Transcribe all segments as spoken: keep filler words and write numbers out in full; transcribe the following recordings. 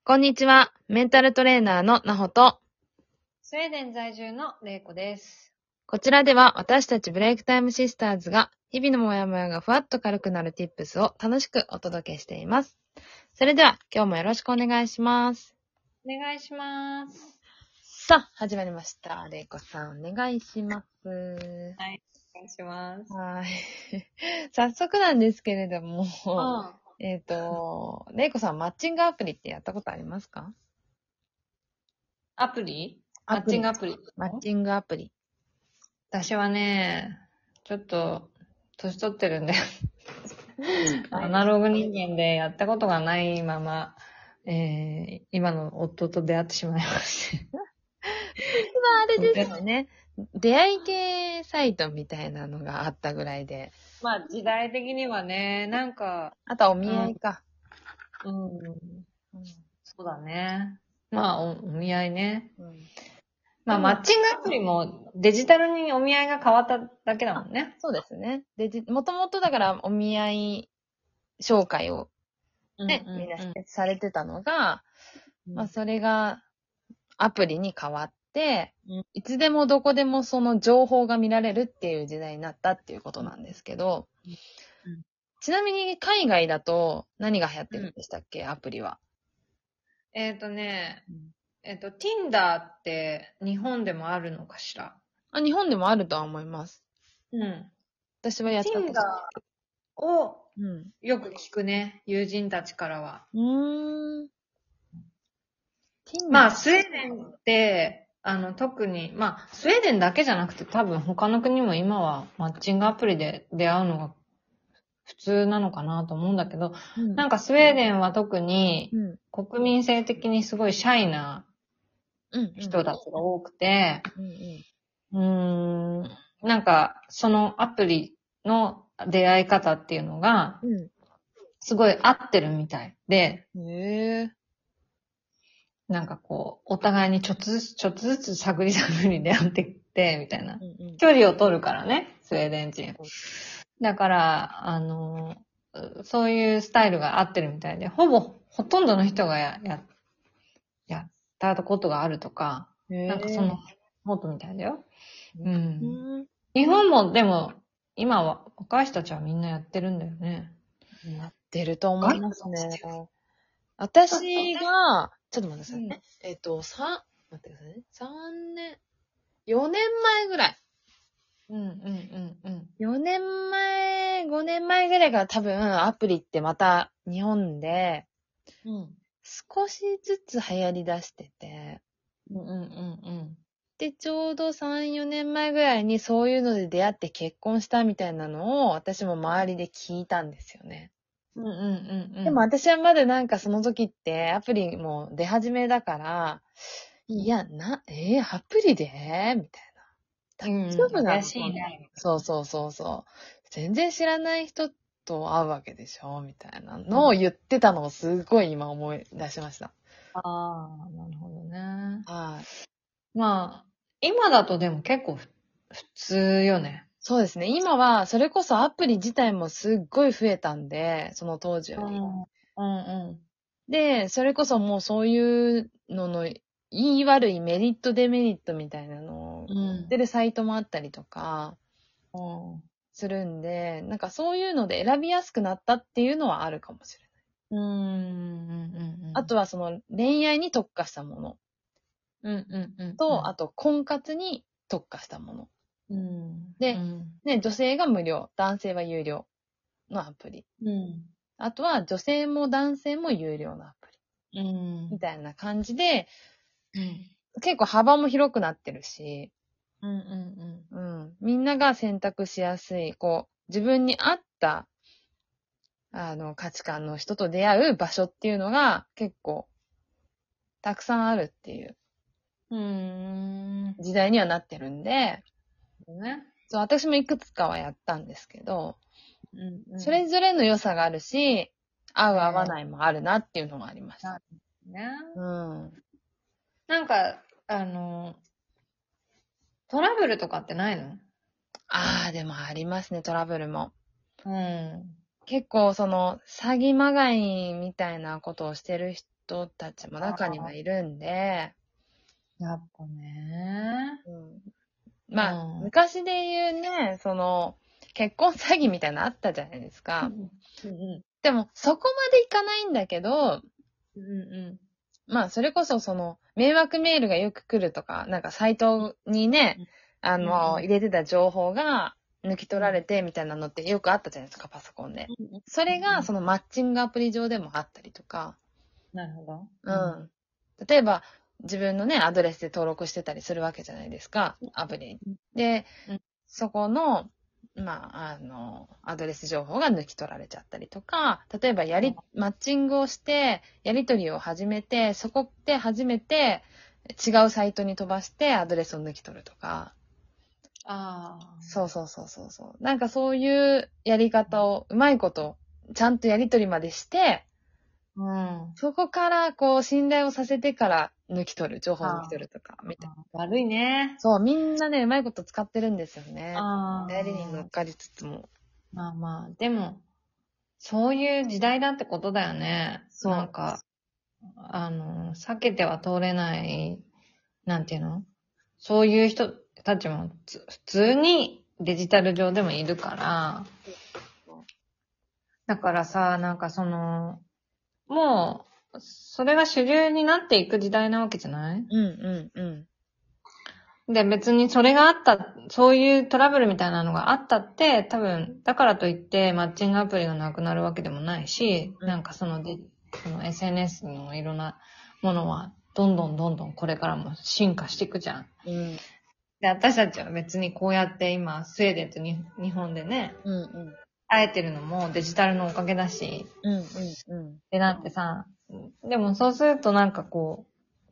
こんにちは。メンタルトレーナーのなほと、 スウェーデン在住のれいこです。 こちらでは私たちブレイクタイムシスターズが日々のモヤモヤがふわっと軽くなる Tips を楽しくお届けしています。それでは今日もよろしくお願いします。 お願いします。 さあ、始まりました。れいこさん、お願いします。 はい、お願いします。 はい。早速なんですけれども、 あえっと、れいこさん、マッチングアプリってやったことありますか？ アプリマッチングアプリ。 マッチングアプリ。 私はね、ちょっと、年取ってるんで、アナログ人間でやったことがないまま、えー、今の夫と出会ってしまいまして。 あれですよね。出会い系サイトみたいなのがあったぐらいで。 まあ、時代的にはね、なんか、 あとはお見合いか。 うん、 うん。 そうだね。まあ、お、お見合いね。 うん、 まあ、マッチングアプリもデジタルにお見合いが変わっただけだもんね。 そうですね。で、じもともとだからお見合い紹介をね、みんなされてたのが、 うん、 まあそれがアプリに変わって、 うん、 いつでもどこでもその情報が見られるっていう時代になったっていうことなんですけど、 うん、 ちなみに海外だと何が流行ってるんでしたっけ、アプリは。 えっとね、えっと、Tinder って日本でもあるのかしら。 あ、日本でもあるとは思います。 うん。 私はやったこと。 Tinder をうん。 よく聞くね、友人たちからは。 うーん。 まあ、スウェーデンって、あの、特に、まあ、スウェーデンだけじゃなくて多分他の国も今はマッチングアプリで出会うのが普通なのかなと思うんだけど、 うん、 なんかスウェーデンは特にうん、 国民性的にすごいシャイなうん、 人たちが多くて、 うん、ううーん、なんかそのアプリの出会い方っていうのが、 ん、 すごい合ってるみたいで、 うん。へえ。 なんかこう、お互いにちょっとずつ、ちょっとずつ探り探り出会ってきて、みたいな。 うん、うん。 距離を取るからね、スウェーデン人。だから、あの、そういうスタイルが合ってるみたいで、ほぼ、ほとんどの人がや、や、やったことがあるとか、 へえ。 なんかその、もっとみたいだよ。う。 うんん。 日本も、でも、今は、若い人たちはみんなやってるんだよね。 なってると思いますね。私が、ちょっと待ってくださいうん。 ね。えっと、さ、待ってくださいね。さんねん、よねんまえぐらい。 うん、うん、うん、うん。 よねんまえ、ごねんまえぐらいから多分アプリってまた日本でうん。 少しずつ流行り出してて、 うん、うん、うん。 で、ちょうどさん、よねんまえぐらいにそういうので出会って結婚したみたいなのを私も周りで聞いたんですよね。 うん、うん、うん、うん。 でも私はまだなんかその時ってアプリも出始めだから、 うん、 いや、な、えー、アプリでみたいな。大丈夫なの、 怪しいね。 そうそうそうそう。全然知らない人と会うわけでしょみたいなうん、 のを言ってたのをすごい今思い出しました。 ああ、なるほどね。 はい。 まあ、今だとでも結構ふ普通よね。 そうですね。今は、それこそアプリ自体もすっごい増えたんで、その当時より。 うん、うん、うん。 で、それこそもうそういうのの、言い悪いメリットデメリットみたいなのをう言ってん。 るサイトもあったりとかうん。 するんで、なんかそういうので選びやすくなったっていうのはあるかもしれない。 うん。うん。 あとはその恋愛に特化したものうん。うん。 と、あと婚活に特化したもの。 うん。うで、 ん。 ね、女性が無料、男性は有料のアプリ。 うん。 あとは女性も男性も有料のアプリ。 うん。 みたいな感じで、 うん。 結構幅も広くなってるし、 うん。うん。 うん。みんなが選択しやすい、こう、自分に合った、あの、価値観の人と出会う場所っていうのが結構、たくさんあるっていううん。 時代にはなってるんで、 ね。 そう、私もいくつかはやったんですけど、 うん。 それぞれの良さがあるし、合う合わねないもあるなっていうのがありました。 ね。 うん。 なんか、あの、トラブルとかってないの？ ああ、でもありますね、トラブルも。 うん。 結構その詐欺まがいみたいなことをしてる人たちも中にはいるんで、 やっぱね。 うん、まあ、 うん。 昔で言うね、その、結婚詐欺みたいなのあったじゃないですうか。 んうん。 でも、そこまでいかないんだけど、 うんうん。 まあ、それこそその、迷惑メールがよく来るとか、なんかサイトにね、あうんの、 うん入れてた情報が抜き取られてみたいなのってよくあったじゃないですか、パソコンで。 うんうん。 それが、 うんうん。 そのマッチングアプリ上でもあったりとか、 なるほど。 うん。例えば、自分のね、アドレスで登録してたりするわけじゃないですか、アプリに。で、 うんそこの、まあ、あの、アドレス情報が抜き取られちゃったりとか、例えばやり、マッチングをして、やり取りを始めて、そこで初めて違うサイトに飛ばしてアドレスを抜き取るとか、 ああ。 そうそうそうそうそう。なんかそういうやり方をうまいこと、ちゃんとやり取りまでして、 うん。 そこからこう信頼をさせてから抜き取る、情報を抜き取るとか、みたいな。 悪いね。 そう、みんなね、うまいこと使ってるんですよね。 あ流行りに乗っあ。 かりつつも。 まあまあ、でも、そういう時代だってことだよね。 そう。 なんか、あの、避けては通れない、なんていうのそういう人たちもつ普通にデジタル上でもいるから、だからさ、なんかその、もう、それが主流になっていく時代なわけじゃない？ うんうんうん。 で、別にそれがあった、そういうトラブルみたいなのがあったって、多分、だからといってマッチングアプリがなくなるわけでもないし、 うんなんかそので、その エスエヌエス のいろんなものは、どんどんどんどんこれからも進化していくじゃん。 うん。 で、私たちは別にこうやって今、スウェーデンとに日本でね、 うんうん。 会えてるのもデジタルのおかげだし、 うんうんうん。 で、なってさ、でもそうするとなんかこ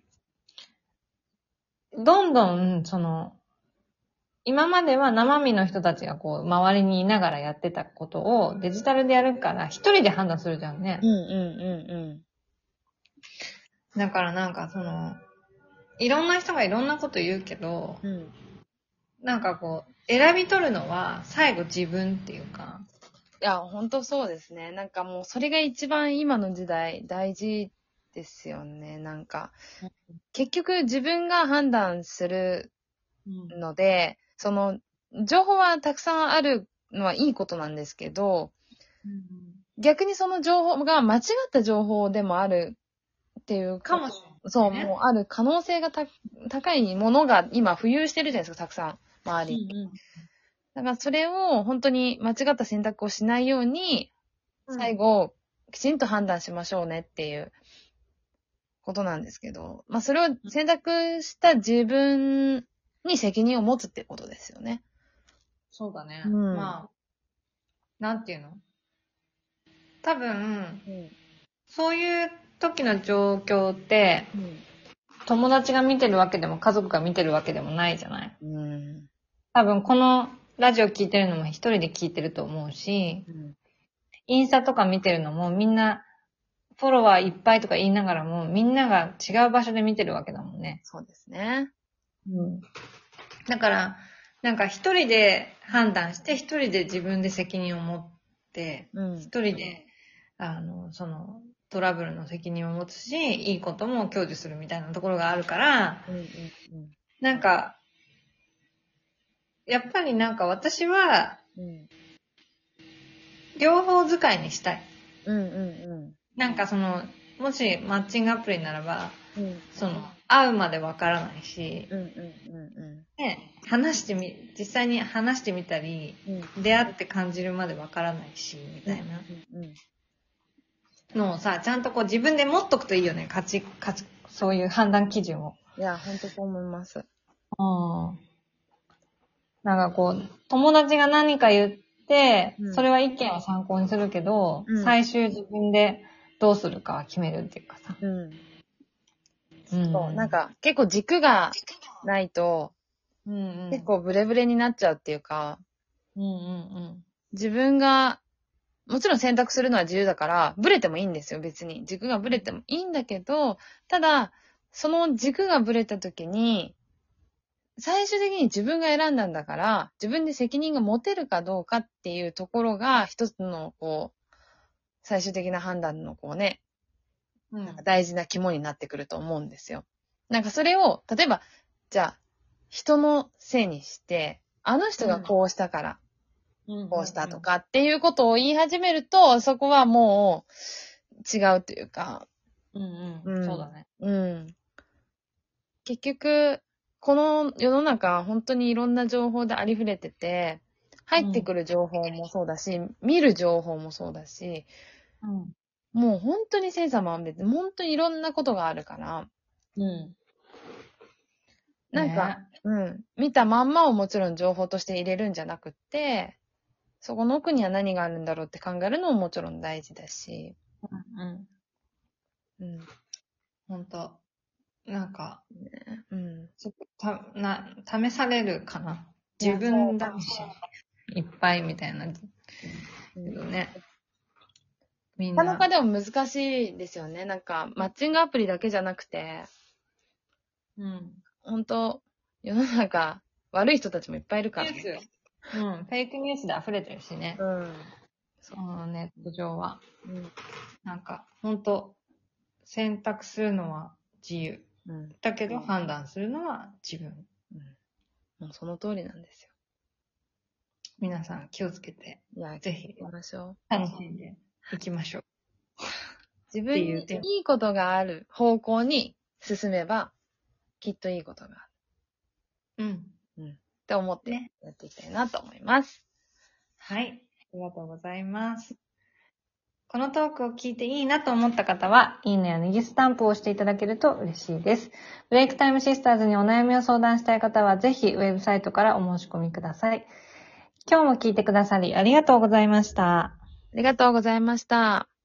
う、どんどん、その、今までは生身の人たちがこう、周りにいながらやってたことをデジタルでやるから、一人で判断するじゃんねうん。うんうんうだからなんかその、いろんな人がいろんなこと言うけど、 ん。うん。 なんかこう、選び取るのは最後自分っていうか、 いや、ほんとそうですね。なんかもう、それが一番今の時代大事ですよね。なんか、結局自分が判断するうん。 ので、その、情報はたくさんあるのはいいことなんですけど、 うん逆にその情報が間違った情報でもあるっていうかこもしれない、 そう、 ね。 もうある可能性がた高いものが今浮遊してるじゃないですか、たくさん。周りに。 うんだからそれを本当に間違った選択をしないように、 うん。 最後、きちんと判断しましょうねっていうことなんですけど、まあそれを選択した自分に責任を持つってことですよね。 そうだね。 うんまあ、なんていうの多分、 うん。 そういう時の状況って、 うん。 友達が見てるわけでも家族が見てるわけでもないじゃない。 うん。 多分このラジオ聞いてるのも一人で聞いてると思うし、 うん。 インスタとか見てるのもみんなフォロワーいっぱいとか言いながらもみんなが違う場所で見てるわけだもんね。 そうですね。 うん。だから、なんか一人で判断して一人で自分で責任を持ってうん。 一人で、あの、そのトラブルの責任を持つし、いいことも享受するみたいなところがあるから、 うん。うん。 なんか、やっぱりなんか私はうん。 両方使いにしたい。 うん。うん。 なんかその、もしマッチングアプリならば、 うん。 その、会うまでわからないし、 うん。うん。うね、話してみ、実際に話してみたり、 ん。うん。 出会って感じるまでわからないし、みたいなうん。うん。 のをさ、ちゃんとこう自分で持っとくといいよね、価値、価値、そういう判断基準を。 いや、ほんとそう思います。 うん。なんかこう、友達が何か言って、 うんそれは意見を参考にするけど、 うん最終自分でどうするかは決めるっていうかさ。 うん。 うんそう、なんか、結構軸がないと、 うんうん、 結構ブレブレになっちゃうっていうか、 うんうん自分が、もちろん選択するのは自由だから、ブレてもいいんですよ、別に。軸がブレてもいいんだけど、ただ、その軸がブレた時に、最終的に自分が選んだんだから、自分で責任が持てるかどうかっていうところが、一つの、こう、 最終的な判断のこうね、 うん。 なんか大事な肝になってくると思うんですよ。なんかそれを、例えば、じゃあ、人のせいにして、あの人がこうしたから、 うんこうしたとかっていうことを言い始めると、そこはもう違うというか、 うんうん。 うんそうだね。 うん。結局、この世の中は本当にいろんな情報でありふれてて、入ってくる情報もそうだし、見る情報もそうだし、 うん。 もう本当に千差万別、本当にいろんなことがあるから、 うん。 なんか、 ねうん、見たまんまをもちろん情報として入れるんじゃなくって、そこの奥には何があるんだろうって考えるのももちろん大事だし、 うん。 うん。 ほんと。なんか、 ね、うん。 ちょっとた、な、試されるかな。 いや自分試しいっぱいみたいな。けうんどね。みんな。 なかなかでも難しいですよね。なんか、マッチングアプリだけじゃなくて、 うん。 本当世の中、悪い人たちもいっぱいいるからね。 ニュース。うん。フェイクニュースで溢れてるしね。 うん。 そのネット上は。 うん。 なんか、ほんと、選択するのは自由。 うん。 だけど判断するのは自分。 うん。もうその通りなんですよ。 皆さん気をつけて、 いや、 ぜひ行きましょう。 楽しんでいきましょう。 自分にっていういいことがある方向に進めば、きっといいことがあうん。 る。うん。って思ってねやっていきたいなと思います。 はい。ありがとうございます。このトークを聞いていいなと思った方は、いいねやネギスタンプを押していただけると嬉しいです。ブレイクタイムシスターズにお悩みを相談したい方は、ぜひウェブサイトからお申し込みください。今日も聞いてくださりありがとうございました。 ありがとうございました。